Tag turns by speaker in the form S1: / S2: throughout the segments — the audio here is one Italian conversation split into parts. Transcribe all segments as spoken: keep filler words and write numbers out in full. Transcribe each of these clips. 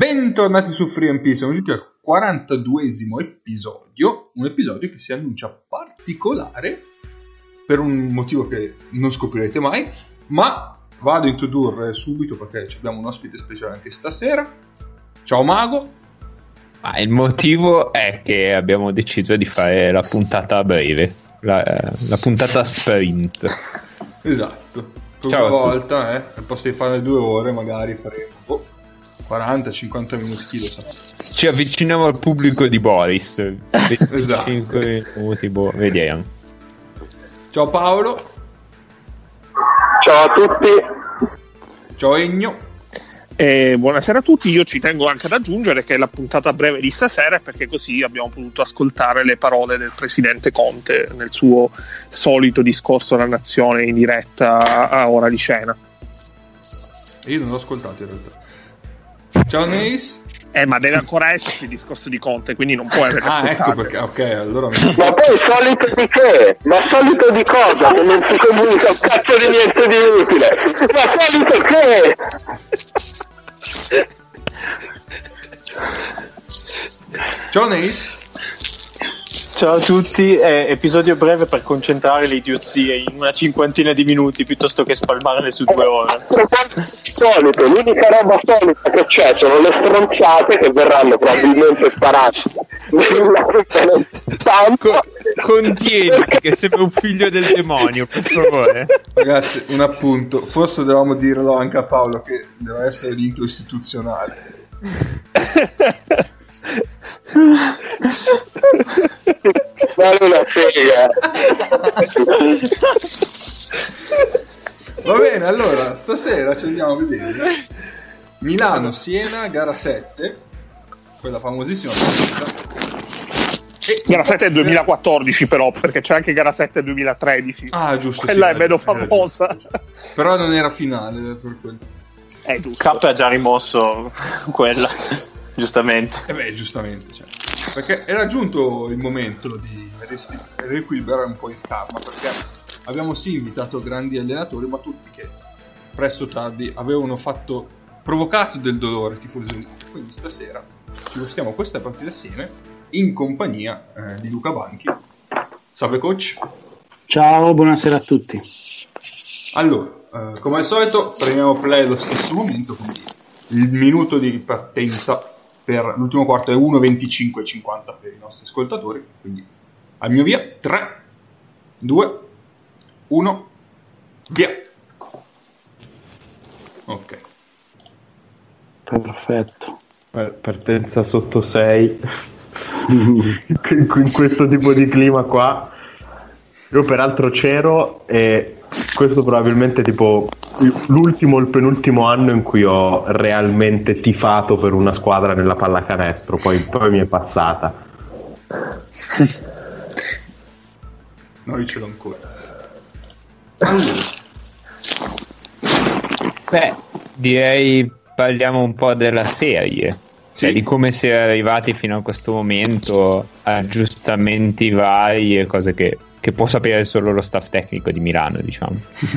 S1: Bentornati su Free and Peace, siamo giunti al quarantaduesimo episodio, un episodio che si annuncia particolare per un motivo che non scoprirete mai, ma vado a introdurre subito perché abbiamo un ospite speciale anche stasera. Ciao Mago.
S2: Ma il motivo è che abbiamo deciso di fare la puntata a breve, la, la puntata sprint.
S1: Esatto, per
S2: Ciao
S1: una volta, eh, al posto di fare due ore magari faremo oh, quaranta cinquanta minuti, chi lo sa.
S2: Ci avviciniamo al pubblico di Boris. venticinque
S1: esatto.
S2: minuti, boh, vediamo.
S1: Ciao Paolo.
S3: Ciao a tutti.
S1: Ciao Egno.
S4: Eh, buonasera a tutti. Io ci tengo anche ad aggiungere che la puntata breve di stasera è perché così abbiamo potuto ascoltare le parole del presidente Conte nel suo solito discorso alla nazione in diretta a ora di cena.
S1: Io non l'ho ascoltato in realtà. Ciao Neis.
S4: Eh, ma deve ancora esserci il discorso di Conte, quindi non puoi aver
S1: Ah,
S4: ascoltato.
S1: ecco perché, ok, allora mi...
S3: Ma poi solito di che? Ma solito di cosa? Che non si comunica un cazzo di niente di utile. Ma solito che?
S1: Ciao Neis.
S5: Ciao a tutti, eh, episodio breve per concentrare le idiozie in una cinquantina di minuti piuttosto che spalmarle su due ore.
S3: Solito, l'unica roba solita che c'è sono le stronzate che verranno probabilmente sparate. Tanto
S2: Contieniti che sembra un figlio del demonio, per favore.
S1: Ragazzi, un appunto, forse dovevamo dirlo anche a Paolo che deve essere l'intro istituzionale.
S3: vale una sega.
S1: Va bene, allora, stasera ci andiamo a vedere Milano-Siena, gara sette, quella famosissima partita. E
S4: Gara sette è duemilaquattordici però, perché c'è anche gara sette duemilatredici.
S1: Ah, giusto.
S4: Quella
S1: sì,
S4: è meno
S1: ragione,
S4: famosa.
S1: ragione. Però non era finale per quello.
S4: È giusto.
S5: K ha già rimosso quella, giustamente.
S1: E eh beh, giustamente, cioè. Perché era giunto il momento di riequilibrare un po' il karma, perché abbiamo sì invitato grandi allenatori, ma tutti che presto o tardi avevano fatto provocato del dolore tifosi. Quindi stasera ci gustiamo questa partita assieme in compagnia eh, di Luca Banchi. Salve coach.
S6: Ciao, buonasera a tutti.
S1: Allora, eh, come al solito premiamo play allo stesso momento, quindi il minuto di partenza per l'ultimo quarto è uno venticinque cinquanta per i nostri ascoltatori, quindi al mio via tre due uno via. Ok,
S6: Perfetto.
S7: Partenza sotto sei in questo tipo di clima qua. Io peraltro c'ero e questo probabilmente tipo l'ultimo o il penultimo anno in cui ho realmente tifato per una squadra nella pallacanestro, poi, poi mi è passata.
S1: no, io ce l'ho ancora. Allora,
S2: Beh, direi parliamo un po' della serie.
S1: sì.
S2: Cioè, di come si è arrivati fino a questo momento, aggiustamenti vari e cose che, che può sapere solo lo staff tecnico di Milano, diciamo.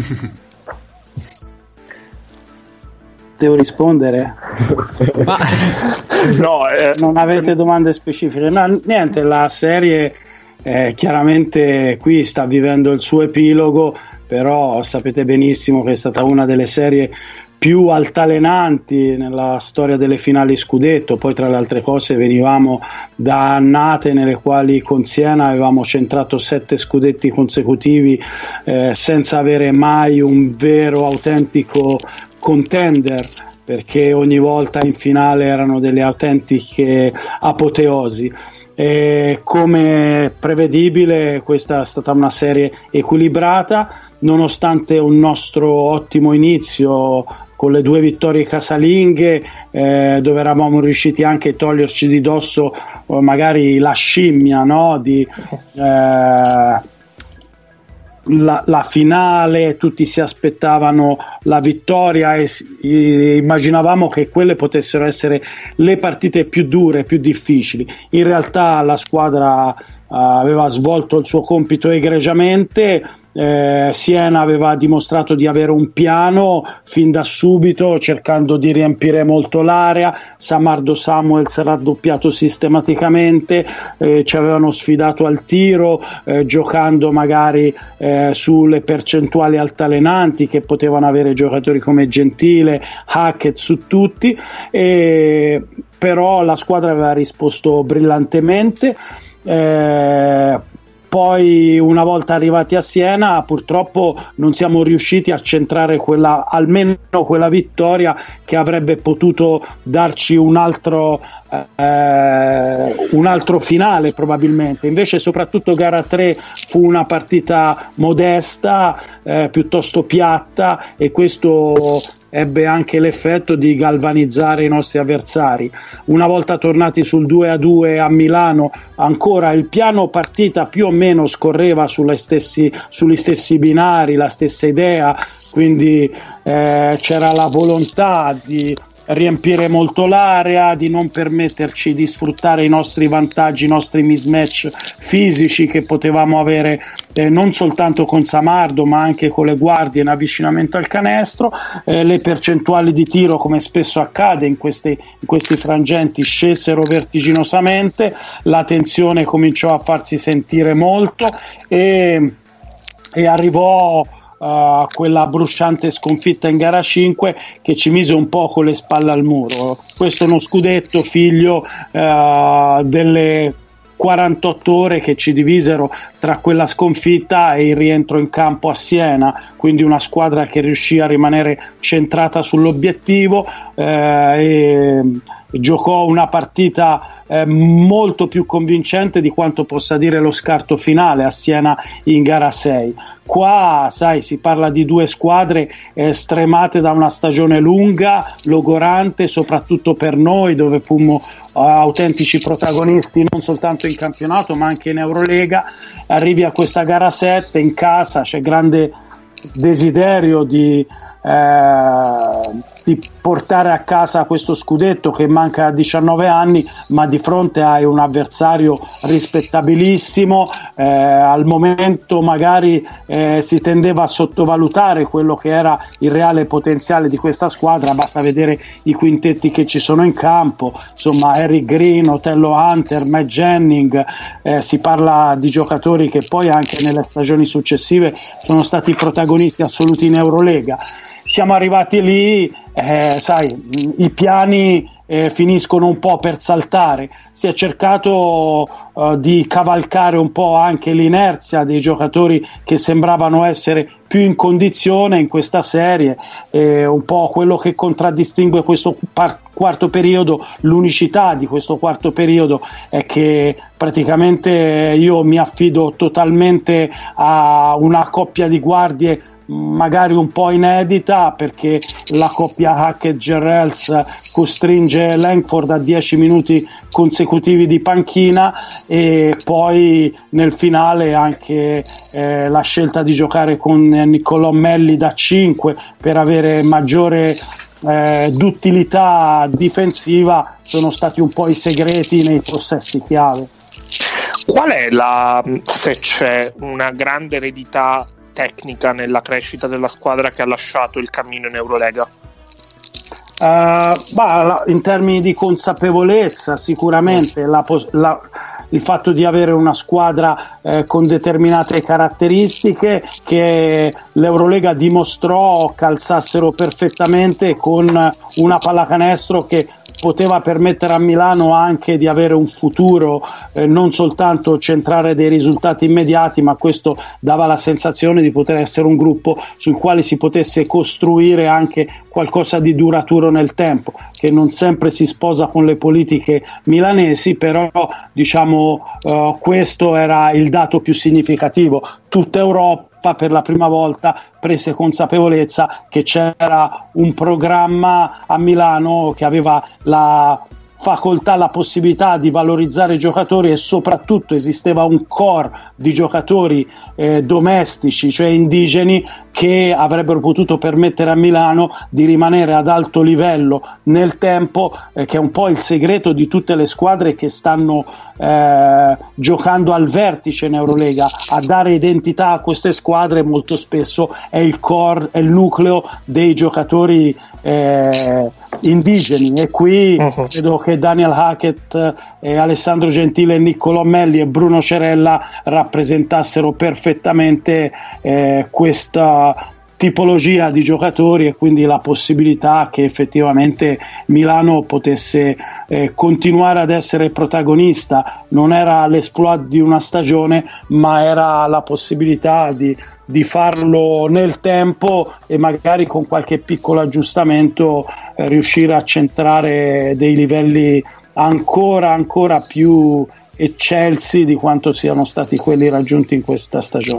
S6: Devo rispondere?
S2: Ma
S4: No, eh,
S6: Non avete domande specifiche? No, niente, la serie eh, chiaramente qui sta vivendo il suo epilogo, però sapete benissimo che è stata una delle serie più altalenanti nella storia delle finali scudetto. Poi tra le altre cose venivamo da annate nelle quali con Siena avevamo centrato sette scudetti consecutivi eh, senza avere mai un vero autentico contender, perché ogni volta in finale erano delle autentiche apoteosi. E come prevedibile questa è stata una serie equilibrata, nonostante un nostro ottimo inizio con le due vittorie casalinghe, eh, dove eravamo riusciti anche a toglierci di dosso eh, magari la scimmia, no? di eh, La, la finale, tutti si aspettavano la vittoria e, e immaginavamo che quelle potessero essere le partite più dure, più difficili. In realtà la squadra aveva svolto il suo compito egregiamente. Eh, Siena aveva dimostrato di avere un piano fin da subito, cercando di riempire molto l'area. Samardo Samuels raddoppiato sistematicamente, eh, ci avevano sfidato al tiro, eh, giocando magari eh, sulle percentuali altalenanti che potevano avere giocatori come Gentile, Hackett su tutti, e però la squadra aveva risposto brillantemente. Eh, poi una volta arrivati a Siena purtroppo non siamo riusciti a centrare quella, almeno quella vittoria che avrebbe potuto darci un altro, eh, un altro finale probabilmente. Invece soprattutto gara tre fu una partita modesta, eh, piuttosto piatta, e questo ebbe anche l'effetto di galvanizzare i nostri avversari. Una volta tornati sul due a due a Milano, ancora il piano partita più o meno scorreva sulle stessi, sugli stessi binari, la stessa idea, quindi eh, c'era la volontà di riempire molto l'area, di non permetterci di sfruttare i nostri vantaggi, i nostri mismatch fisici che potevamo avere eh, non soltanto con Samardo ma anche con le guardie in avvicinamento al canestro. Eh, le percentuali di tiro, come spesso accade in questi, in questi frangenti, scesero vertiginosamente, la tensione cominciò a farsi sentire molto e, e arrivò Uh, quella bruciante sconfitta in gara cinque che ci mise un po' con le spalle al muro. Questo è uno scudetto figlio uh, delle quarantotto ore che ci divisero tra quella sconfitta e il rientro in campo a Siena, quindi una squadra che riuscì a rimanere centrata sull'obiettivo eh, e giocò una partita eh, molto più convincente di quanto possa dire lo scarto finale a Siena in gara sei. Qua, sai, si parla di due squadre eh, stremate da una stagione lunga, logorante, soprattutto per noi, dove fummo uh, autentici protagonisti non soltanto in campionato ma anche in Eurolega. Arrivi a questa gara sette in casa, c'è grande desiderio di eh, di portare a casa questo scudetto che manca a diciannove anni, ma di fronte hai un avversario rispettabilissimo. Eh, al momento magari eh, si tendeva a sottovalutare quello che era il reale potenziale di questa squadra, basta vedere i quintetti che ci sono in campo, insomma Eric Green, Otello Hunter, Matt Jennings, eh, si parla di giocatori che poi anche nelle stagioni successive sono stati protagonisti assoluti in Eurolega. Siamo arrivati lì, eh, sai, i piani eh, finiscono un po' per saltare. Si è cercato uh, di cavalcare un po' anche l'inerzia dei giocatori che sembravano essere più in condizione in questa serie, eh, un po' quello che contraddistingue questo par- quarto periodo. L'unicità di questo quarto periodo è che praticamente io mi affido totalmente a una coppia di guardie magari un po' inedita, perché la coppia Hackett-Gerrels costringe Langford a dieci minuti consecutivi di panchina, e poi nel finale anche eh, la scelta di giocare con Niccolò Melli da cinque per avere maggiore eh, duttilità difensiva sono stati un po' i segreti nei possessi chiave.
S4: Qual è la, se c'è una grande eredità tecnica nella crescita della squadra che ha lasciato il cammino in Eurolega?
S6: Uh, bah, in termini di consapevolezza sicuramente la, la, il fatto di avere una squadra eh, con determinate caratteristiche che l'Eurolega dimostrò calzassero perfettamente con una pallacanestro che poteva permettere a Milano anche di avere un futuro, eh, non soltanto centrare dei risultati immediati, ma questo dava la sensazione di poter essere un gruppo sul quale si potesse costruire anche qualcosa di duraturo nel tempo, che non sempre si sposa con le politiche milanesi, però diciamo eh, questo era il dato più significativo. Tutta Europa per la prima volta prese consapevolezza che c'era un programma a Milano che aveva la facoltà, la possibilità di valorizzare i giocatori, e soprattutto esisteva un core di giocatori eh, domestici, cioè indigeni, che avrebbero potuto permettere a Milano di rimanere ad alto livello nel tempo, eh, che è un po' il segreto di tutte le squadre che stanno eh, giocando al vertice in Eurolega. A dare identità a queste squadre molto spesso è il core, è il nucleo dei giocatori eh, indigeni, e qui uh-huh. credo che Daniel Hackett, eh, Alessandro Gentile, Niccolò Melli e Bruno Cerella rappresentassero perfettamente eh, questa tipologia di giocatori, e quindi la possibilità che effettivamente Milano potesse eh, continuare ad essere protagonista. Non era l'esploit di una stagione, ma era la possibilità di, di farlo nel tempo, e magari con qualche piccolo aggiustamento eh, riuscire a centrare dei livelli ancora ancora più eccelsi di quanto siano stati quelli raggiunti in questa stagione.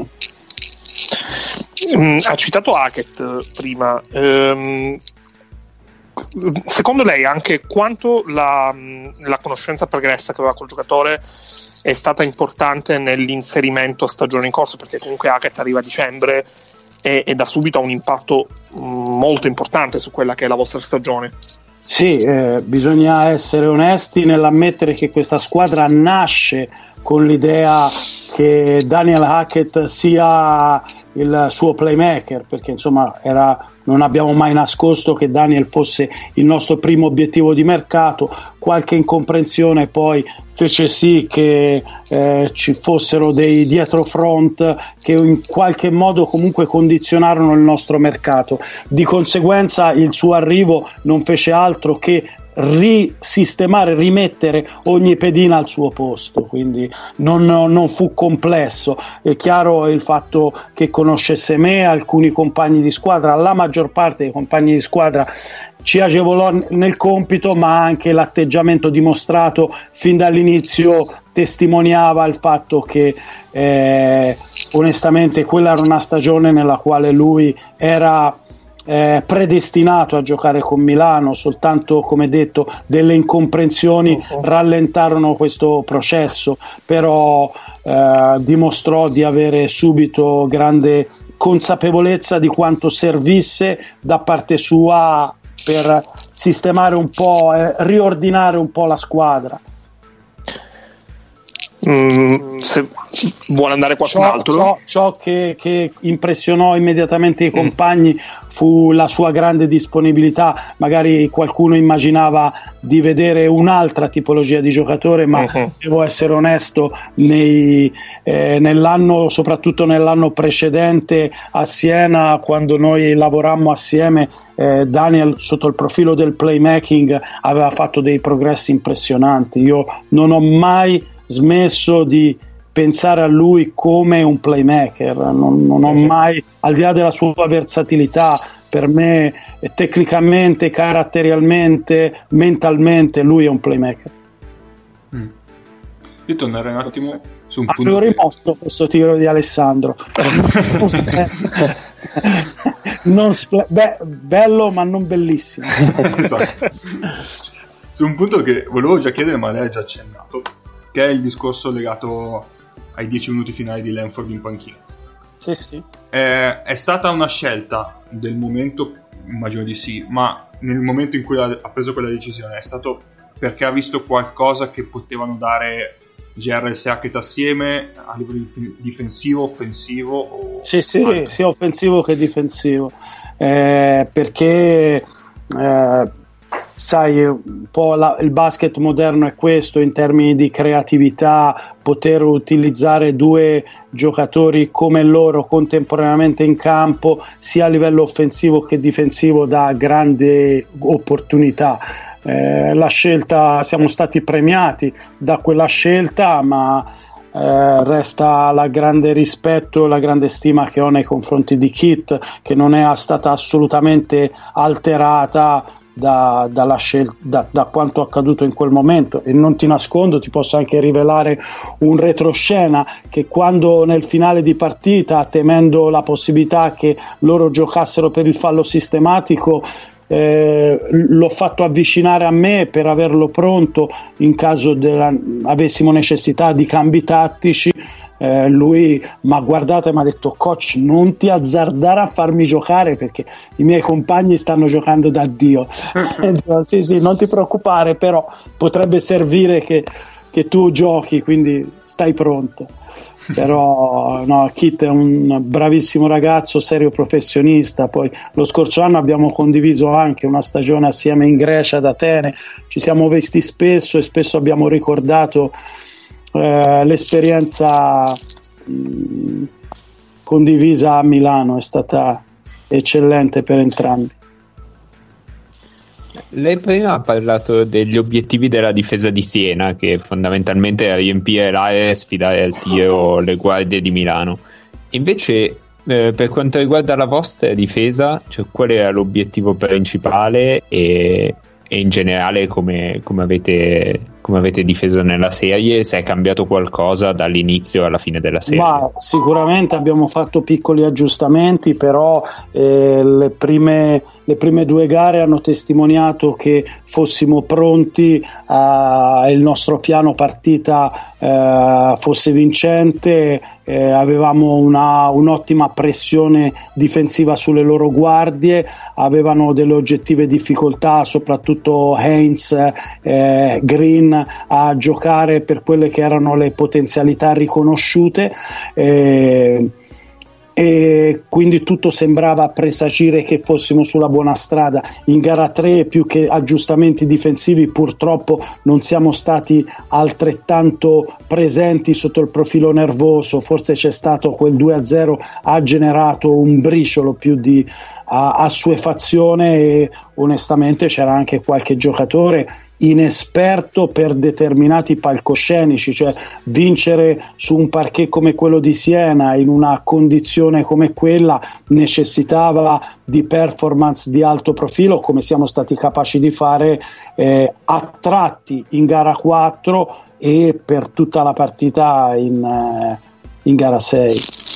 S4: Mm, ha citato Hackett prima. Ehm, secondo lei anche quanto la, la conoscenza pregressa che aveva col giocatore è stata importante nell'inserimento a stagione in corso? Perché comunque Hackett arriva a dicembre e, e da subito ha un impatto mm, molto importante su quella che è la vostra stagione.
S6: Sì, eh, bisogna essere onesti nell'ammettere che questa squadra nasce con l'idea che Daniel Hackett sia il suo playmaker, perché insomma era, non abbiamo mai nascosto che Daniel fosse il nostro primo obiettivo di mercato. Qualche incomprensione poi fece sì che eh, ci fossero dei dietrofront che in qualche modo comunque condizionarono il nostro mercato. Di conseguenza il suo arrivo non fece altro che risistemare, rimettere ogni pedina al suo posto, quindi non, non fu complesso. È chiaro il fatto che conoscesse me, alcuni compagni di squadra, la maggior parte dei compagni di squadra ci agevolò nel compito, ma anche l'atteggiamento dimostrato fin dall'inizio testimoniava il fatto che eh, onestamente quella era una stagione nella quale lui era Eh, predestinato a giocare con Milano. Soltanto, come detto, delle incomprensioni uh-huh. rallentarono questo processo, però eh, dimostrò di avere subito grande consapevolezza di quanto servisse da parte sua per sistemare un po', eh, riordinare un po' la squadra.
S4: Mm, se vuole andare qualcun
S6: ciò,
S4: altro,
S6: ciò, ciò che, che impressionò immediatamente i compagni mm. fu la sua grande disponibilità. Magari qualcuno immaginava di vedere un'altra tipologia di giocatore, ma uh-huh. devo essere onesto, nei, eh, nell'anno, soprattutto nell'anno precedente a Siena, quando noi lavorammo assieme, eh, Daniel sotto il profilo del playmaking aveva fatto dei progressi impressionanti. Io non ho mai smesso di pensare a lui come un playmaker, non, non ho mai, al di là della sua versatilità, per me tecnicamente, caratterialmente, mentalmente lui è un playmaker.
S1: mm. Io tornerei un attimo su un
S6: Avevo
S1: punto
S6: rimosso che... questo tiro di Alessandro non sp- beh, bello ma non bellissimo.
S1: Esatto. Su un punto che volevo già chiedere, ma lei ha già accennato, che è il discorso legato ai dieci minuti finali di Langford in panchina.
S6: Sì, sì.
S1: È, è stata una scelta del momento, immagino di sì, ma nel momento in cui ha, ha preso quella decisione è stato perché ha visto qualcosa che potevano dare J R S Hackett assieme a livello difensivo, offensivo? O
S6: sì, sì, sia offensivo che difensivo, eh, perché eh, sai, un po' la, il basket moderno è questo in termini di creatività, poter utilizzare due giocatori come loro contemporaneamente in campo, sia a livello offensivo che difensivo, dà grande opportunità. Eh, la scelta, siamo stati premiati da quella scelta, ma eh, resta la grande rispetto e la grande stima che ho nei confronti di Kit, che non è stata assolutamente alterata Da, dalla scel- da, da quanto accaduto in quel momento. E non ti nascondo, ti posso anche rivelare un retroscena, che quando nel finale di partita, temendo la possibilità che loro giocassero per il fallo sistematico, eh, l'ho fatto avvicinare a me per averlo pronto in caso della, avessimo necessità di cambi tattici. Eh, lui mi ha guardato e mi ha detto: coach, non ti azzardare a farmi giocare perché i miei compagni stanno giocando da Dio. E dico, sì sì, non ti preoccupare, però potrebbe servire che, che tu giochi, quindi stai pronto. Però no, Kit è un bravissimo ragazzo, serio professionista. Poi lo scorso anno abbiamo condiviso anche una stagione assieme in Grecia ad Atene, ci siamo visti spesso e spesso abbiamo ricordato eh, l'esperienza mh, condivisa a Milano. È stata eccellente per entrambi.
S2: Lei prima ha parlato degli obiettivi della difesa di Siena, che fondamentalmente è riempire l'area e sfidare al tiro le guardie di Milano. Invece, eh, per quanto riguarda la vostra difesa, cioè, qual era l'obiettivo principale e, e in generale come, come, avete, come avete difeso nella serie? Se è cambiato qualcosa dall'inizio alla fine della serie?
S6: Ma sicuramente abbiamo fatto piccoli aggiustamenti, però eh, le prime Le prime due gare hanno testimoniato che fossimo pronti, a, il nostro piano partita eh, fosse vincente, eh, avevamo una, un'ottima pressione difensiva sulle loro guardie, avevano delle oggettive difficoltà, soprattutto Haynes, eh, Green, a giocare per quelle che erano le potenzialità riconosciute. Eh, e quindi tutto sembrava presagire che fossimo sulla buona strada. In gara tre, più che aggiustamenti difensivi, purtroppo non siamo stati altrettanto presenti sotto il profilo nervoso. Forse c'è stato quel due a zero, ha generato un briciolo più di a, assuefazione, e onestamente c'era anche qualche giocatore inesperto per determinati palcoscenici, cioè vincere su un parquet come quello di Siena in una condizione come quella necessitava di performance di alto profilo, come siamo stati capaci di fare eh, a tratti in gara quattro e per tutta la partita in, eh, in gara sei.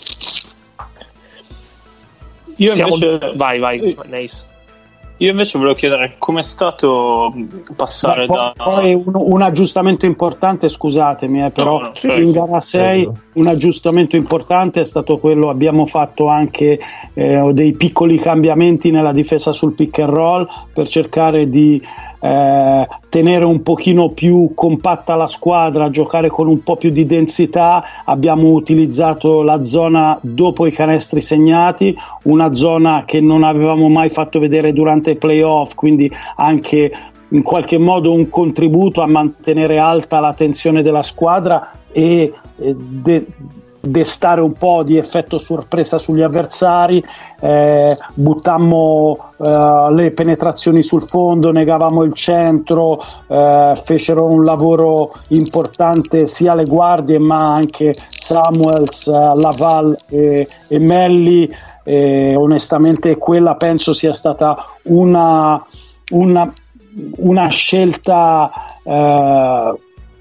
S5: Io
S4: Siamo...
S5: invece...
S4: Vai, vai, Neis.
S5: Io invece volevo chiedere com'è stato passare
S6: Beh,
S5: da...
S6: Poi un, un aggiustamento importante, scusatemi, eh, però
S5: No, no, certo.
S6: in gara sei un aggiustamento importante è stato quello, abbiamo fatto anche eh, dei piccoli cambiamenti nella difesa sul pick and roll per cercare di eh, tenere un pochino più compatta la squadra, giocare con un po' più di densità. Abbiamo utilizzato la zona dopo i canestri segnati, una zona che non avevamo mai fatto vedere durante i playoff, quindi anche in qualche modo un contributo a mantenere alta la tensione della squadra e de- destare un po' di effetto sorpresa sugli avversari. Eh, buttammo eh, le penetrazioni sul fondo, negavamo il centro, eh, fecero un lavoro importante sia le guardie ma anche Samuels, eh, Laval e, e Melli. Eh, onestamente quella penso sia stata una, una, una scelta eh,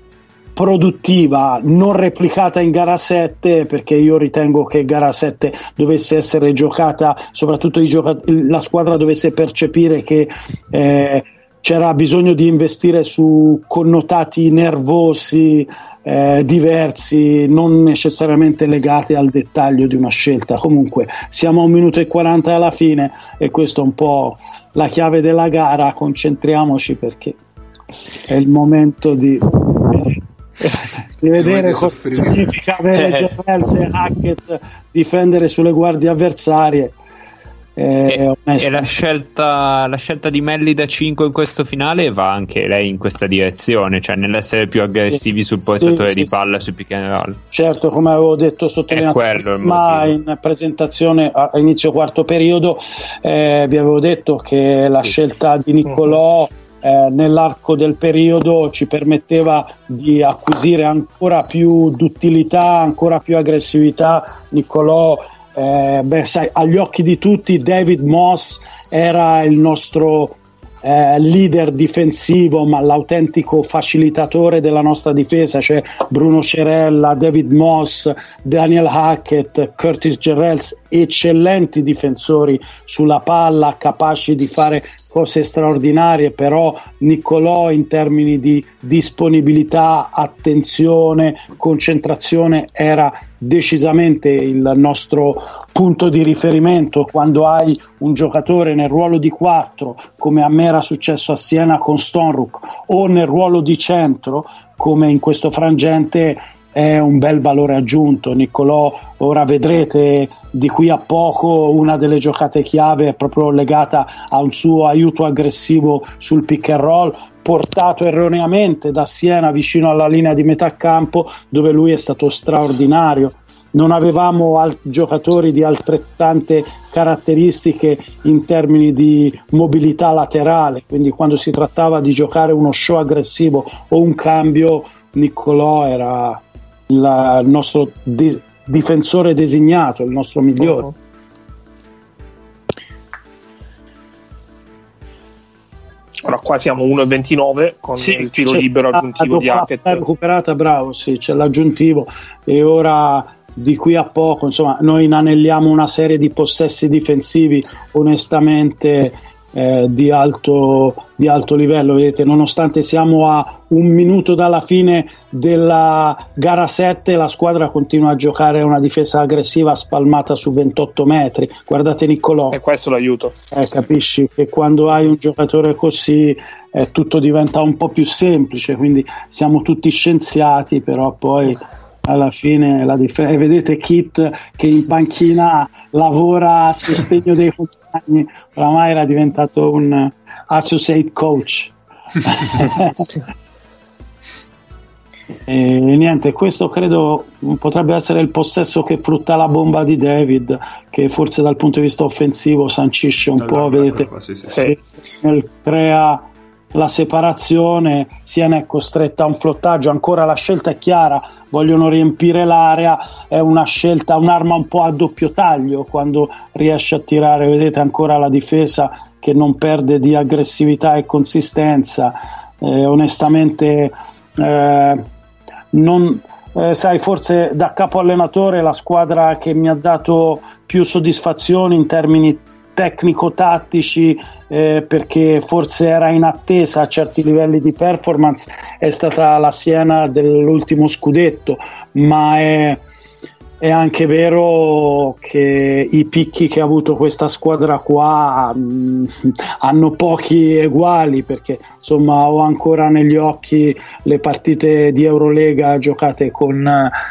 S6: produttiva, non replicata in gara sette, perché io ritengo che gara sette dovesse essere giocata, soprattutto i gioca- la squadra dovesse percepire che eh, c'era bisogno di investire su connotati nervosi eh, diversi, non necessariamente legati al dettaglio di una scelta. Comunque siamo a un minuto e quaranta alla fine e questo è un po' la chiave della gara. Concentriamoci perché è il momento di, eh, di vedere cosa significa avere Gerrels e Hackett difendere sulle guardie avversarie.
S2: E, e la scelta, la scelta di Melli da cinque in questo finale va anche lei in questa direzione, cioè nell'essere più aggressivi sul portatore sì, di sì, palla, sì. Sul pick and roll.
S6: Certo, come avevo detto, sottolineato ma in presentazione a inizio quarto periodo, eh, vi avevo detto che la sì. scelta di Niccolò eh, nell'arco del periodo ci permetteva di acquisire ancora più duttilità, ancora più aggressività. Niccolò Eh, beh, sai, agli occhi di tutti David Moss era il nostro eh, leader difensivo, ma l'autentico facilitatore della nostra difesa, cioè Bruno Cerella, David Moss, Daniel Hackett, Curtis Gerrels, eccellenti difensori sulla palla, capaci di fare cose straordinarie, però Niccolò in termini di disponibilità, attenzione, concentrazione era decisamente il nostro punto di riferimento. Quando hai un giocatore nel ruolo di quattro, come a me era successo a Siena con Stonruk, o nel ruolo di centro come in questo frangente, è un bel valore aggiunto. Niccolò, ora vedrete di qui a poco, una delle giocate chiave è proprio legata a un suo aiuto aggressivo sul pick and roll, portato erroneamente da Siena vicino alla linea di metà campo, dove lui è stato straordinario. Non avevamo alt- giocatori di altrettante caratteristiche in termini di mobilità laterale, quindi quando si trattava di giocare uno show aggressivo o un cambio, Niccolò era il nostro de- difensore designato, il nostro migliore. Uh-huh.
S4: Ora qua siamo uno e ventinove con sì, il tiro libero aggiuntivo di Hackett.
S6: L'ha recuperata, bravo, sì, c'è l'aggiuntivo, e ora di qui a poco, insomma, noi inanelliamo una serie di possessi difensivi onestamente eh, di alto di alto livello. Vedete, nonostante siamo a un minuto dalla fine della gara sette, la squadra continua a giocare una difesa aggressiva spalmata su ventotto metri. Guardate Niccolò,
S4: e questo l'aiuto.
S6: Eh, capisci che quando hai un giocatore così eh, tutto diventa un po' più semplice, quindi siamo tutti scienziati, però poi alla fine la difesa, vedete Kit che in panchina lavora a sostegno dei compagni, oramai era diventato un associate coach. E niente, questo credo potrebbe essere il possesso che frutta la bomba di David, che forse dal punto di vista offensivo sancisce un no, po', no, vedete, no, sì, sì, sì. Nel, crea la separazione. Siena è costretta a un flottaggio, ancora la scelta è chiara, vogliono riempire l'area, è una scelta, un'arma un po' a doppio taglio quando riesce a tirare. Vedete ancora la difesa che non perde di aggressività e consistenza. Eh, onestamente eh, non eh, sai, forse da capo allenatore la squadra che mi ha dato più soddisfazioni in termini tecnico-tattici, eh, perché forse era in attesa a certi livelli di performance, è stata la Siena dell'ultimo scudetto, ma è, è anche vero che i picchi che ha avuto questa squadra qua mh, hanno pochi eguali, perché insomma ho ancora negli occhi le partite di Eurolega giocate con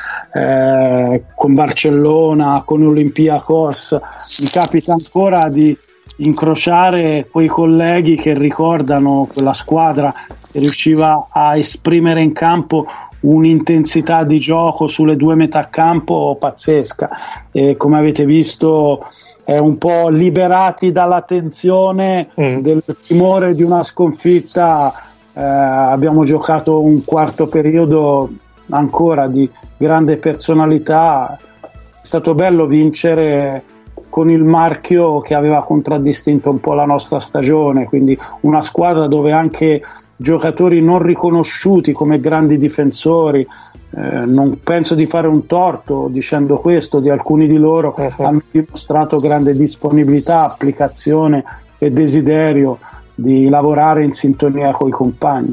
S6: eh, con Barcellona, con Olympiacos. Mi capita ancora di incrociare quei colleghi che ricordano quella squadra che riusciva a esprimere in campo un'intensità di gioco sulle due metà campo pazzesca, e come avete visto è un po' liberati dalla tensione mm. del timore di una sconfitta. Eh, abbiamo giocato un quarto periodo ancora di grande personalità, è stato bello vincere con il marchio che aveva contraddistinto un po' la nostra stagione, quindi una squadra dove anche giocatori non riconosciuti come grandi difensori, eh, non penso di fare un torto dicendo questo di alcuni di loro, uh-huh. hanno dimostrato grande disponibilità, applicazione e desiderio di lavorare in sintonia con i compagni.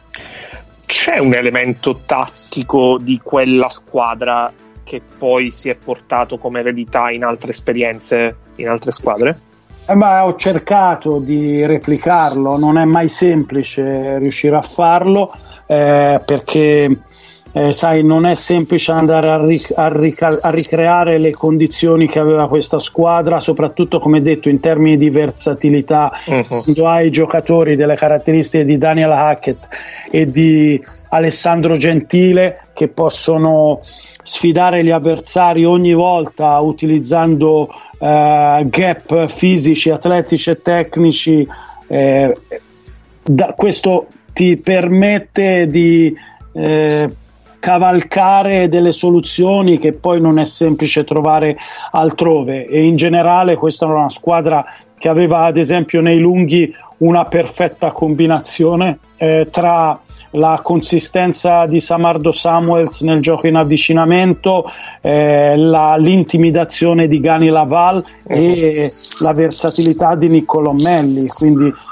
S4: C'è un elemento tattico di quella squadra che poi si è portato come eredità in altre esperienze, in altre squadre?
S6: Eh beh, ho cercato di replicarlo, non è mai semplice riuscire a farlo, eh, perché eh, sai, non è semplice andare a, ric- a, ric- a ricreare le condizioni che aveva questa squadra, soprattutto come detto in termini di versatilità. Uh-huh. Quando hai giocatori delle caratteristiche di Daniel Hackett e di Alessandro Gentile che possono sfidare gli avversari ogni volta utilizzando eh, gap fisici, atletici e tecnici, eh, da, questo ti permette di eh, cavalcare delle soluzioni che poi non è semplice trovare altrove, e in generale questa era una squadra che aveva ad esempio nei lunghi una perfetta combinazione eh, tra la consistenza di Samardo Samuels nel gioco in avvicinamento, eh, la, l'intimidazione di Gani Laval e la versatilità di Niccolò Melli, quindi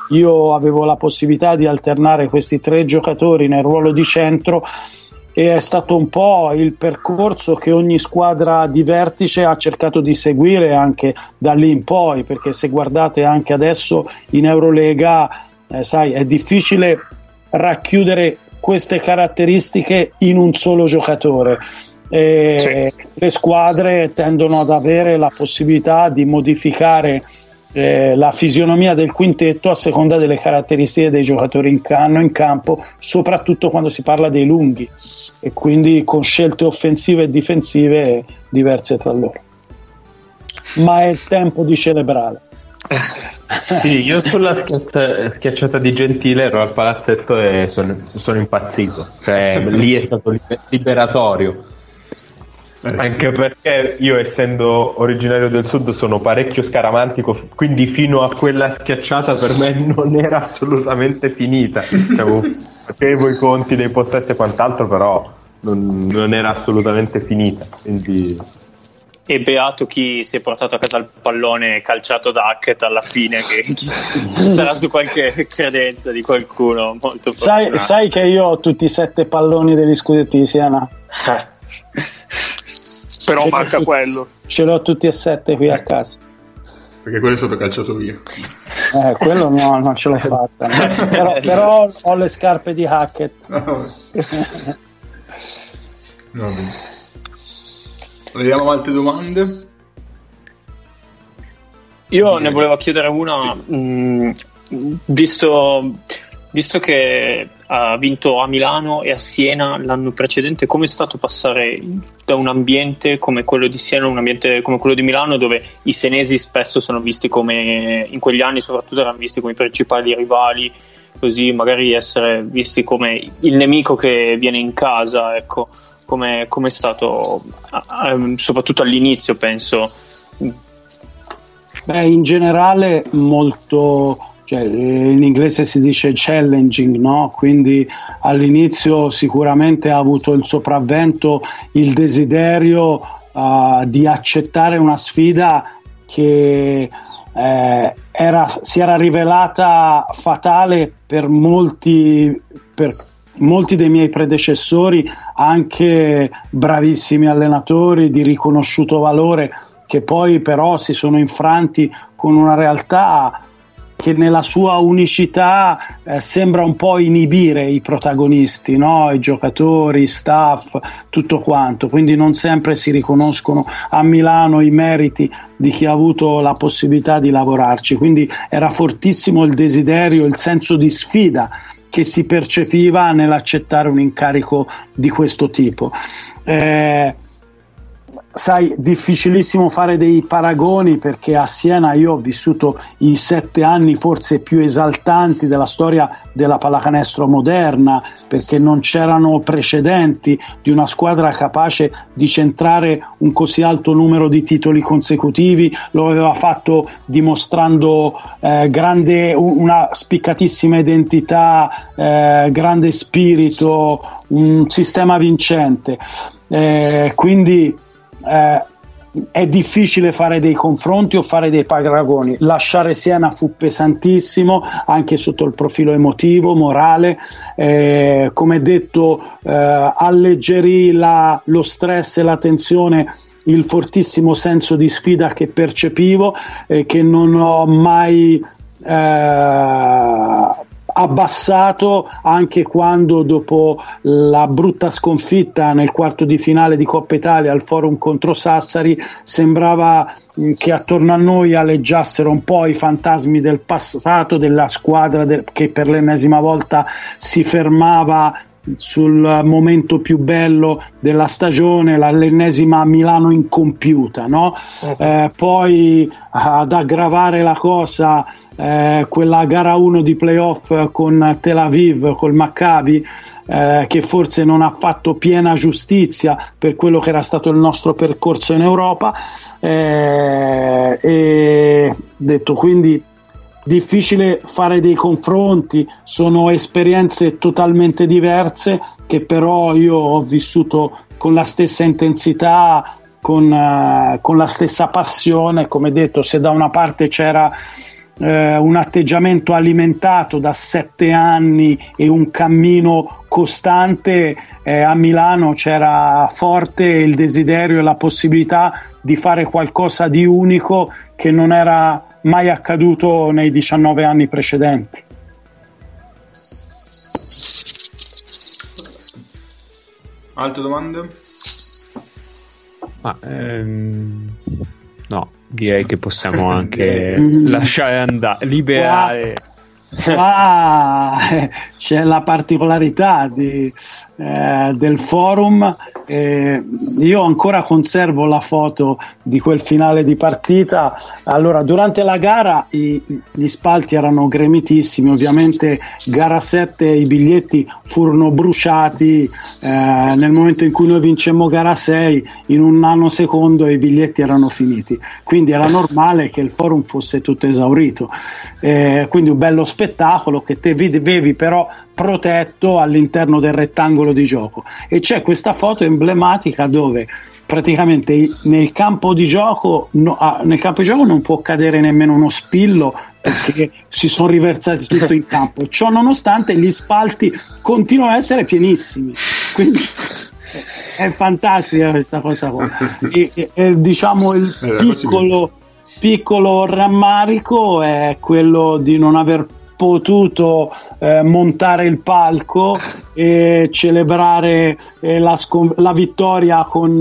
S6: io avevo la possibilità di alternare questi tre giocatori nel ruolo di centro, e è stato un po' il percorso che ogni squadra di vertice ha cercato di seguire anche da lì in poi, perché se guardate anche adesso in Eurolega, eh, sai, è difficile racchiudere queste caratteristiche in un solo giocatore. E sì. Le squadre tendono ad avere la possibilità di modificare Eh, la fisionomia del quintetto a seconda delle caratteristiche dei giocatori in canno in campo, soprattutto quando si parla dei lunghi, e quindi con scelte offensive e difensive diverse tra loro. Ma è il tempo di celebrare.
S7: Sì, io sulla schiaccia, schiacciata di Gentile ero al palazzetto e sono, sono impazzito, cioè lì è stato liberatorio. Anche perché io, essendo originario del sud, sono parecchio scaramantico, quindi fino a quella schiacciata per me non era assolutamente finita. Cioè, facevo i conti dei possessi e quant'altro, però non, non era assolutamente finita. Quindi...
S5: E beato chi si è portato a casa il pallone calciato da Hackett alla fine, che sarà su qualche credenza di qualcuno molto
S6: sai, sai che io ho tutti i sette palloni degli scudetti di Siena?
S4: Però manca quello.
S6: Ce l'ho tutti e sette qui a casa.
S1: Perché quello è stato calciato via.
S6: Eh, quello no, non ce l'ho fatta. No. Però, però ho le scarpe di Hackett.
S1: No, no, bene. Vediamo altre domande.
S5: Io ne volevo chiedere una, sì. mh, visto, visto che ha vinto a Milano e a Siena l'anno precedente, come è stato passare da un ambiente come quello di Siena a un ambiente come quello di Milano, dove i senesi spesso sono visti come, in quegli anni soprattutto erano visti come i principali rivali, così magari essere visti come il nemico che viene in casa, ecco, come è stato soprattutto all'inizio, penso.
S6: Beh, in generale molto, cioè, in inglese si dice challenging, no? Quindi all'inizio sicuramente ha avuto il sopravvento il desiderio uh, di accettare una sfida che eh, era, si era rivelata fatale per molti, per molti dei miei predecessori, anche bravissimi allenatori di riconosciuto valore, che poi però si sono infranti con una realtà che nella sua unicità eh, sembra un po' inibire i protagonisti, no? I giocatori, staff, tutto quanto, quindi non sempre si riconoscono a Milano i meriti di chi ha avuto la possibilità di lavorarci, quindi era fortissimo il desiderio, il senso di sfida che si percepiva nell'accettare un incarico di questo tipo. Eh, Sai, difficilissimo fare dei paragoni, perché a Siena io ho vissuto i sette anni forse più esaltanti della storia della pallacanestro moderna, perché non c'erano precedenti di una squadra capace di centrare un così alto numero di titoli consecutivi. Lo aveva fatto dimostrando eh, grande, una spiccatissima identità, eh, grande spirito, un sistema vincente, eh, quindi Eh, è difficile fare dei confronti o fare dei paragoni. Lasciare Siena fu pesantissimo anche sotto il profilo emotivo, morale, eh, come detto eh, alleggerì la, lo stress e la tensione il fortissimo senso di sfida che percepivo e eh, che non ho mai eh, abbassato, anche quando dopo la brutta sconfitta nel quarto di finale di Coppa Italia al Forum contro Sassari sembrava che attorno a noi aleggiassero un po' i fantasmi del passato, della squadra del, che per l'ennesima volta si fermava sul momento più bello della stagione, l'ennesima Milano incompiuta, no? Uh-huh. Eh, poi ad aggravare la cosa eh, quella gara uno di playoff con Tel Aviv, col Maccabi, eh, che forse non ha fatto piena giustizia per quello che era stato il nostro percorso in Europa, eh, e detto, quindi difficile fare dei confronti, sono esperienze totalmente diverse che però io ho vissuto con la stessa intensità, con, uh, con la stessa passione. Come detto, se da una parte c'era eh, un atteggiamento alimentato da sette anni e un cammino costante, eh, a Milano c'era forte il desiderio e la possibilità di fare qualcosa di unico che non era mai accaduto nei diciannove anni precedenti.
S1: Altre domande?
S2: Ma, ehm, no, direi che possiamo anche lasciare andare, liberare.
S6: Qua c'è la particolarità di, eh, del forum. Eh, io ancora conservo la foto di quel finale di partita. Allora, durante la gara i, gli spalti erano gremitissimi, ovviamente gara sette i biglietti furono bruciati, eh, nel momento in cui noi vincemmo gara sei in un nanosecondo i biglietti erano finiti, quindi era normale che il forum fosse tutto esaurito, eh, quindi un bello spettacolo che te vedevi però protetto all'interno del rettangolo di gioco. E c'è questa foto emblematica dove praticamente nel campo di gioco no, ah, nel campo di gioco non può cadere nemmeno uno spillo perché si sono riversati tutto in campo, ciò nonostante gli spalti continuano a essere pienissimi, quindi è fantastica questa cosa qua. E, e, e diciamo il piccolo piccolo rammarico è quello di non aver potuto eh, montare il palco e celebrare eh, la, scom- la vittoria con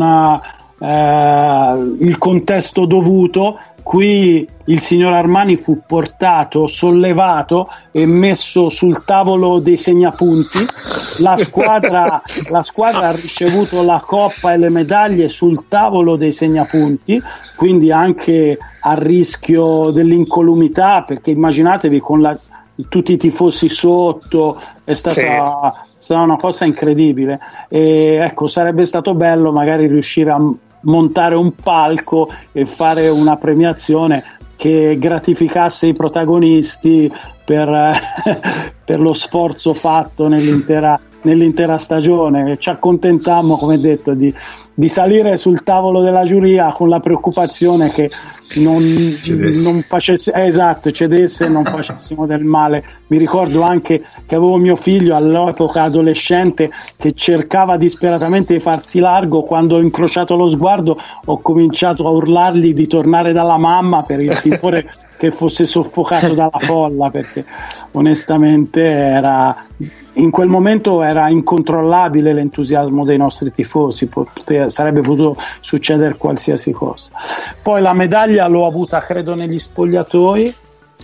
S6: eh, il contesto dovuto. Qui il signor Armani fu portato, sollevato e messo sul tavolo dei segnapunti. La squadra, la squadra ha ricevuto la coppa e le medaglie sul tavolo dei segnapunti, quindi anche a rischio dell'incolumità, perché immaginatevi con la tutti i tifosi sotto, è stata, sì. è stata una cosa incredibile. E ecco, sarebbe stato bello magari riuscire a montare un palco e fare una premiazione che gratificasse i protagonisti per, per lo sforzo fatto nell'intera, nell'intera stagione. Ci accontentammo, come detto, di, di salire sul tavolo della giuria con la preoccupazione che non, non facesse, eh, esatto, cedesse e non facessimo del male. Mi ricordo anche che avevo mio figlio all'epoca adolescente che cercava disperatamente di farsi largo. Quando ho incrociato lo sguardo ho cominciato a urlargli di tornare dalla mamma per il timore che fosse soffocato dalla folla, perché onestamente era, in quel momento era incontrollabile l'entusiasmo dei nostri tifosi, Pote- sarebbe potuto succedere qualsiasi cosa. Poi la medaglia l'ho avuta credo negli spogliatoi,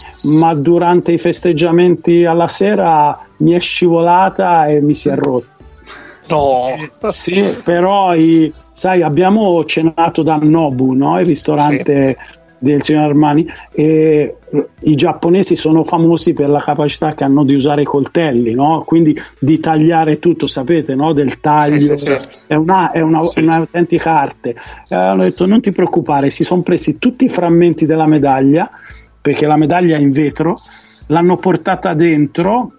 S6: ma durante i festeggiamenti alla sera mi è scivolata e mi si è rotta.
S4: No,
S6: eh, sì, però i, sai, abbiamo cenato da Nobu, no? Il ristorante sì. del signor Armani, e i giapponesi sono famosi per la capacità che hanno di usare i coltelli, no? Quindi di tagliare tutto, sapete, no? Del taglio, sì, sì, sì. è una è una, sì. un'autentica arte. E hanno detto non ti preoccupare, si sono presi tutti i frammenti della medaglia, perché la medaglia è in vetro, l'hanno portata dentro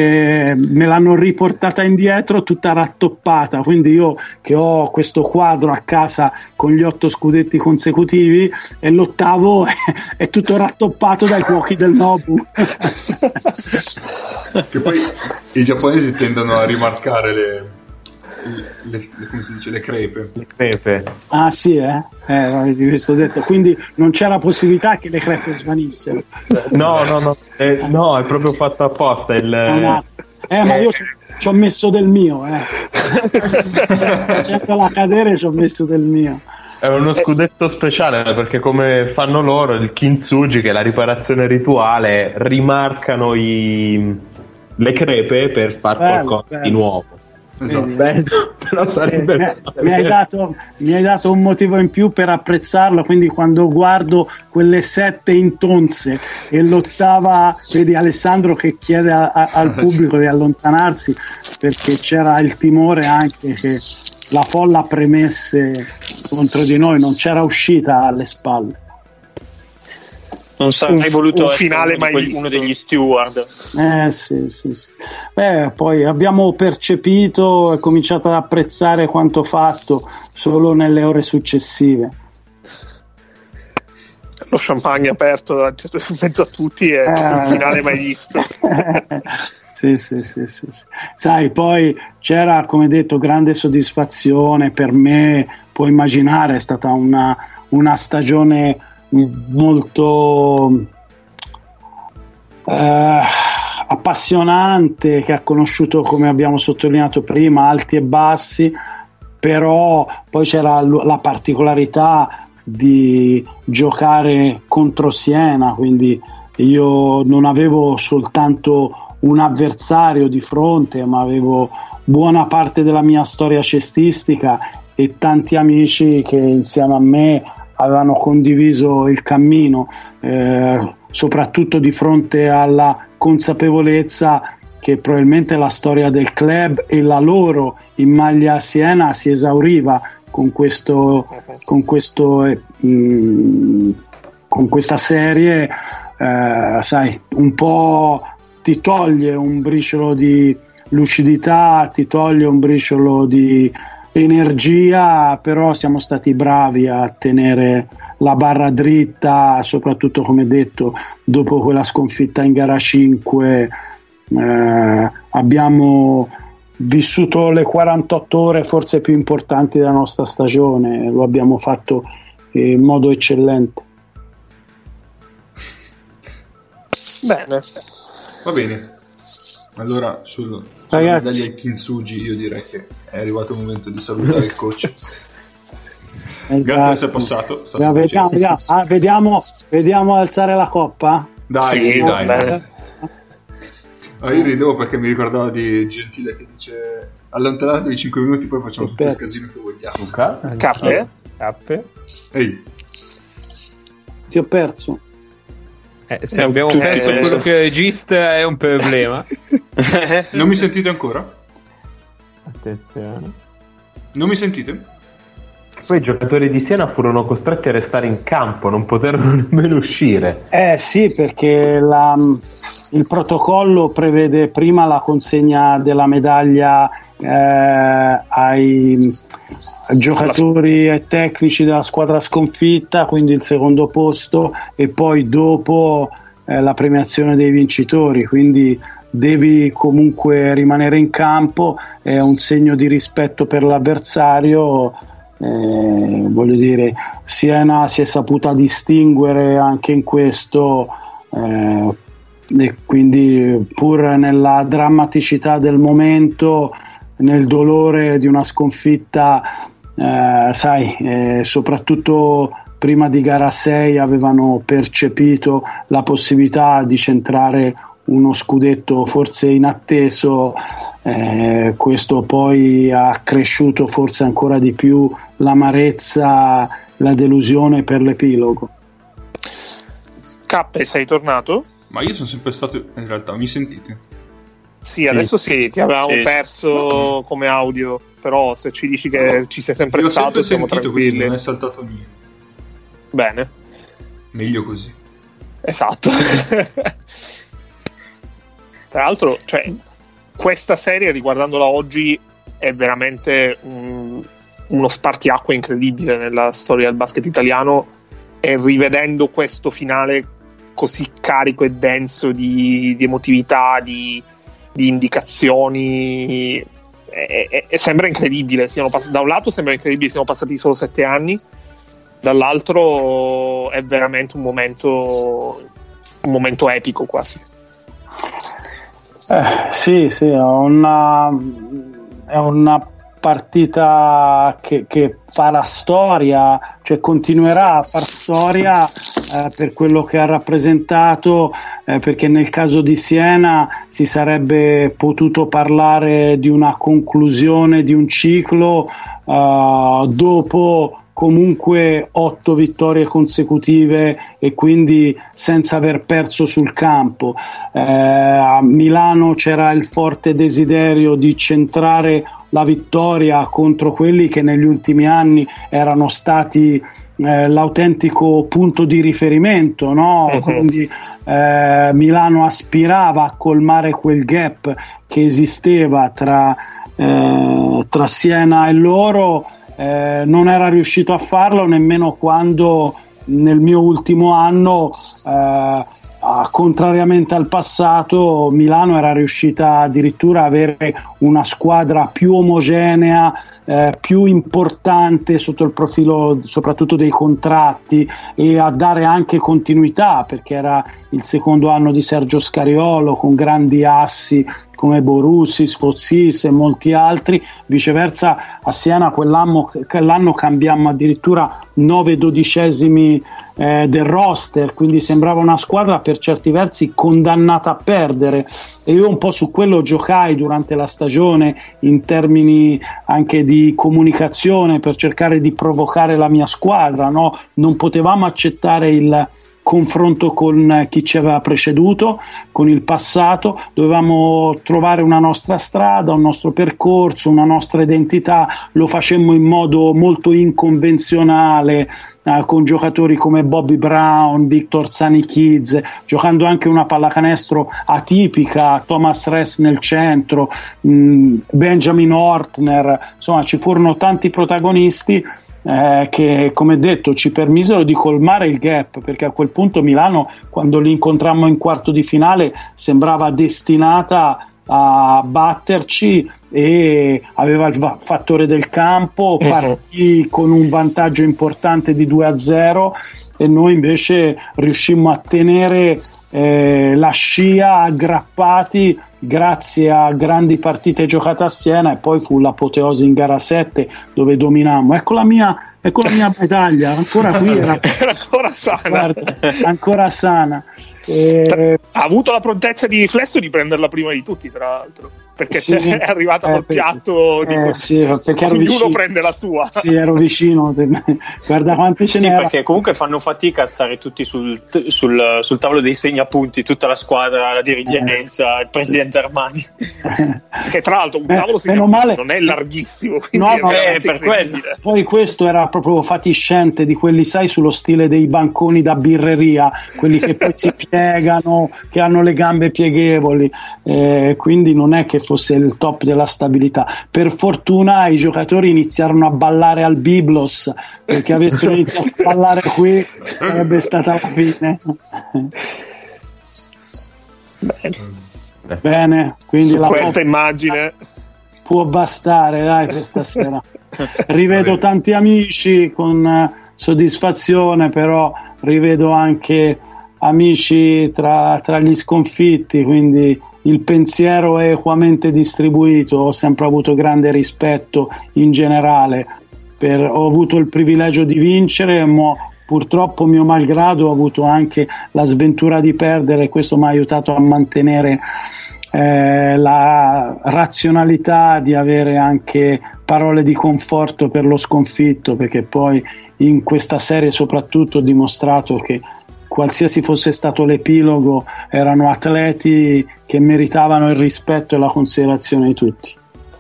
S6: e me l'hanno riportata indietro tutta rattoppata, quindi io che ho questo quadro a casa con gli otto scudetti consecutivi e l'ottavo è, è tutto rattoppato dai cuochi del Nobu.
S1: Che poi i giapponesi tendono a rimarcare le, le, le come si dice, le crepe.
S7: Le crepe.
S6: Ah sì, eh? Eh, questo detto. Quindi non c'è la possibilità che le crepe svanissero.
S7: No, no, no, eh, no, è proprio fatto apposta. Il...
S6: Eh, ma io ci, ci ho messo del mio, eh. Facendolo cadere ci ho messo del mio.
S7: È uno scudetto speciale perché, come fanno loro, il kintsugi, che è la riparazione rituale, rimarcano i... le crepe per far bello, qualcosa bello. di nuovo.
S6: Esatto. Bello, però sarebbe eh, mi, hai dato, mi hai dato un motivo in più per apprezzarlo, quindi quando guardo quelle sette intonse e l'ottava, vedi Alessandro che chiede a, a, al pubblico di allontanarsi perché c'era il timore anche che la folla premesse contro di noi, non c'era uscita alle spalle.
S5: Non sarei voluto
S4: un
S5: essere
S4: finale
S5: uno,
S4: mai
S5: quelli, uno degli steward.
S6: Eh sì, sì, sì. Beh, poi abbiamo percepito e cominciato ad apprezzare quanto fatto solo nelle ore successive.
S4: lo champagne aperto davanti in mezzo a tutti e
S6: Eh.
S4: un finale mai visto.
S6: Sì, sì, sì, sì, sì. Sai, poi c'era, come detto, grande soddisfazione per me, puoi immaginare, è stata una, una stagione molto eh, appassionante, che ha conosciuto, come abbiamo sottolineato prima, alti e bassi, però poi c'era l- la particolarità di giocare contro Siena, quindi io non avevo soltanto un avversario di fronte, ma avevo buona parte della mia storia cestistica e tanti amici che insieme a me avevano condiviso il cammino, eh, soprattutto di fronte alla consapevolezza che probabilmente la storia del club e la loro in maglia Siena si esauriva con questo, con questo eh, mh, con questa serie, eh, sai, un po' ti toglie un briciolo di lucidità, ti toglie un briciolo di energia, però siamo stati bravi a tenere la barra dritta, soprattutto, come detto, dopo quella sconfitta in gara cinque. Eh, abbiamo vissuto le quarantotto ore forse più importanti della nostra stagione, lo abbiamo fatto in modo eccellente.
S4: Bene.
S1: Va bene, allora sul, sulla
S6: Ragazzi.
S1: medaglia Kintsugi io direi che è arrivato il momento di salutare il coach.
S6: Esatto.
S1: Grazie di essere passato. Sta
S6: Ja, vediamo, vediamo, ah, vediamo, vediamo alzare la coppa.
S1: Dai,
S4: Sì,
S1: sì, dai.
S4: bene.
S1: Ah, io ridevo perché mi ricordavo di Gentile che dice allontanatevi cinque minuti, poi facciamo tutto il
S6: Perfetto.
S1: casino che vogliamo.
S7: Luca?
S4: Cappe?
S2: Cappe.
S1: Ehi,
S6: Ti ho perso.
S2: Eh, se abbiamo
S4: tutti
S2: perso
S4: adesso.
S2: quello che registra è un problema.
S1: non mi sentite ancora?
S2: Attenzione.
S1: Non mi sentite?
S7: Poi i giocatori di Siena furono costretti a restare in campo, non poterono nemmeno uscire.
S6: Eh sì, perché la, il protocollo prevede prima la consegna della medaglia eh, ai giocatori e tecnici della squadra sconfitta, quindi il secondo posto, e poi dopo eh, la premiazione dei vincitori, quindi devi comunque rimanere in campo, è un segno di rispetto per l'avversario. Eh, voglio dire, Siena si è saputa distinguere anche in questo, eh, e quindi pur nella drammaticità del momento, nel dolore di una sconfitta, eh, sai, eh, soprattutto prima di gara sei avevano percepito la possibilità di centrare uno scudetto forse inatteso, eh, questo poi ha cresciuto forse ancora di più l'amarezza, la delusione per l'epilogo.
S4: Cappe, sei tornato?
S1: Ma io sono sempre stato, in realtà, mi sentite?
S4: Sì, adesso sì, ti avevamo
S5: Sì, sì.
S4: perso come audio, però se ci dici che ci sei sempre
S1: Io ho
S4: stato
S1: sempre
S4: siamo
S1: sentito, quindi
S4: tranquilli.
S1: non è saltato niente.
S4: Bene,
S1: Meglio così.
S4: esatto. Tra l'altro, cioè, questa serie, riguardandola oggi, è veramente un- uno spartiacque incredibile nella storia del basket italiano, e rivedendo questo finale così carico e denso di, di emotività, di, di indicazioni, è, è- è- sembra incredibile. Siano pass- da un lato sembra incredibile, siamo passati solo sette anni, dall'altro è veramente un momento, un momento epico quasi.
S6: Eh, sì, sì, è una, è una partita che, che fa la storia, cioè continuerà a far storia eh, per quello che ha rappresentato, eh, perché nel caso di Siena si sarebbe potuto parlare di una conclusione di un ciclo eh, dopo comunque otto vittorie consecutive e quindi senza aver perso sul campo. Eh, a Milano c'era il forte desiderio di centrare la vittoria contro quelli che negli ultimi anni erano stati eh, l'autentico punto di riferimento, no?
S4: Uh-huh.
S6: Quindi eh, Milano aspirava a colmare quel gap che esisteva tra, eh, tra Siena e loro. Eh, non era riuscito a farlo nemmeno quando nel mio ultimo anno, eh, contrariamente al passato, Milano era riuscita addirittura a avere una squadra più omogenea, eh, più importante sotto il profilo soprattutto dei contratti, e a dare anche continuità, perché era il secondo anno di Sergio Scariolo con grandi assi come Borussi, Sfozis e molti altri. Viceversa a Siena quell'anno, quell'anno cambiammo addirittura nove dodicesimi eh, del roster, quindi sembrava una squadra per certi versi condannata a perdere, e io un po' su quello giocai durante la stagione in termini anche di comunicazione per cercare di provocare la mia squadra, no? Non potevamo accettare il confronto con chi ci aveva preceduto, con il passato, dovevamo trovare una nostra strada, un nostro percorso, una nostra identità. Lo facemmo in modo molto inconvenzionale, eh, con giocatori come Bobby Brown, Victor Sanikids, giocando anche una pallacanestro atipica, Thomas Ress nel centro, mh, Benjamin Ortner, insomma ci furono tanti protagonisti Eh, che, come detto, ci permisero di colmare il gap, perché a quel punto Milano, quando li incontrammo in quarto di finale, sembrava destinata a batterci e aveva il va- fattore del campo, partì con un vantaggio importante di due a zero e noi invece riuscimmo a tenere eh, la scia aggrappati grazie a grandi partite giocate a Siena, e poi fu l'apoteosi in gara sette dove dominammo. Ecco la mia, ecco la mia medaglia, ancora qui, era,
S4: era ancora sana,
S6: guarda, ancora sana. E...
S4: ha avuto la prontezza di riflesso di prenderla prima di tutti, tra l'altro, perché
S6: sì,
S4: è arrivata
S6: eh,
S4: col piatto di
S6: eh, sì, perché ero
S4: ognuno
S6: vicino.
S4: Prende la sua.
S6: Sì, ero vicino, guarda quanti ce
S5: sì,
S6: n'era.
S5: perché comunque fanno fatica a stare tutti sul, sul, sul tavolo dei segnapunti, tutta la squadra, la dirigenza, il presidente Armani,
S4: che tra l'altro un
S6: eh,
S4: tavolo
S6: male...
S4: non è larghissimo, quindi
S6: no,
S4: è
S6: no,
S5: eh, per quello.
S6: Poi questo era proprio fatiscente, di quelli, sai, sullo stile dei banconi da birreria, quelli che poi si piegano, che hanno le gambe pieghevoli, eh, quindi non è che fosse il top della stabilità. Per fortuna i giocatori iniziarono a ballare al Biblos, perché avessero iniziato a ballare qui sarebbe stata la fine.
S4: Bene,
S6: Bene, quindi
S4: su
S6: la
S4: questa
S6: pop-
S4: immagine
S6: può bastare, dai, questa sera. Rivedo tanti amici con eh, soddisfazione, però rivedo anche amici tra, tra gli sconfitti, quindi il pensiero è equamente distribuito. Ho sempre avuto grande rispetto in generale, per, ho avuto il privilegio di vincere, ma purtroppo mio malgrado ho avuto anche la sventura di perdere, e questo mi ha aiutato a mantenere eh, la razionalità, di avere anche parole di conforto per lo sconfitto, perché poi in questa serie soprattutto ho dimostrato che qualsiasi fosse stato l'epilogo erano atleti che meritavano il rispetto e la considerazione di tutti.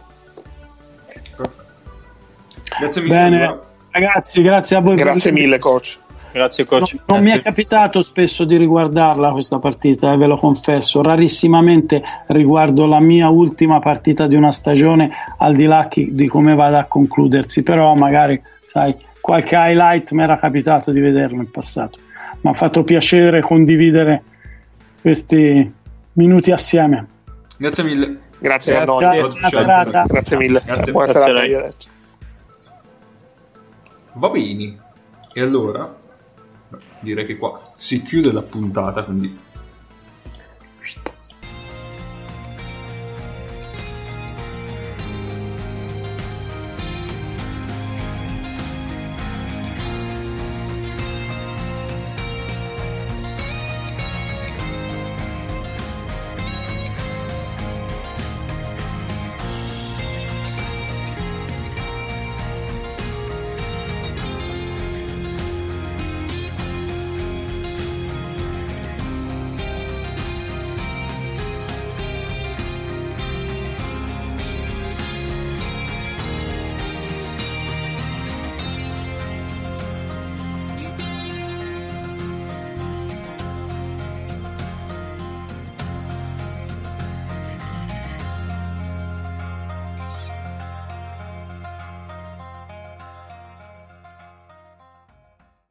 S1: Grazie mille.
S6: Bene, ragazzi, grazie a voi.
S4: grazie
S6: per...
S4: mille coach.
S5: Grazie coach.
S6: Non, non mi è capitato spesso di riguardarla questa partita, eh, ve lo confesso. Rarissimamente riguardo la mia ultima partita di una stagione, al di là chi, di come vada a concludersi, però magari, sai, qualche highlight mi era capitato di vederlo in passato. Mi ha fatto piacere condividere questi minuti assieme.
S1: Grazie mille.
S4: Grazie,
S5: Grazie.
S4: a noi.
S6: Buona serata.
S4: Grazie mille.
S1: Grazie.
S4: Buona
S5: Grazie
S4: serata.
S5: a lei.
S4: Arrivederci.
S1: Va bene. E allora direi che qua si chiude la puntata, quindi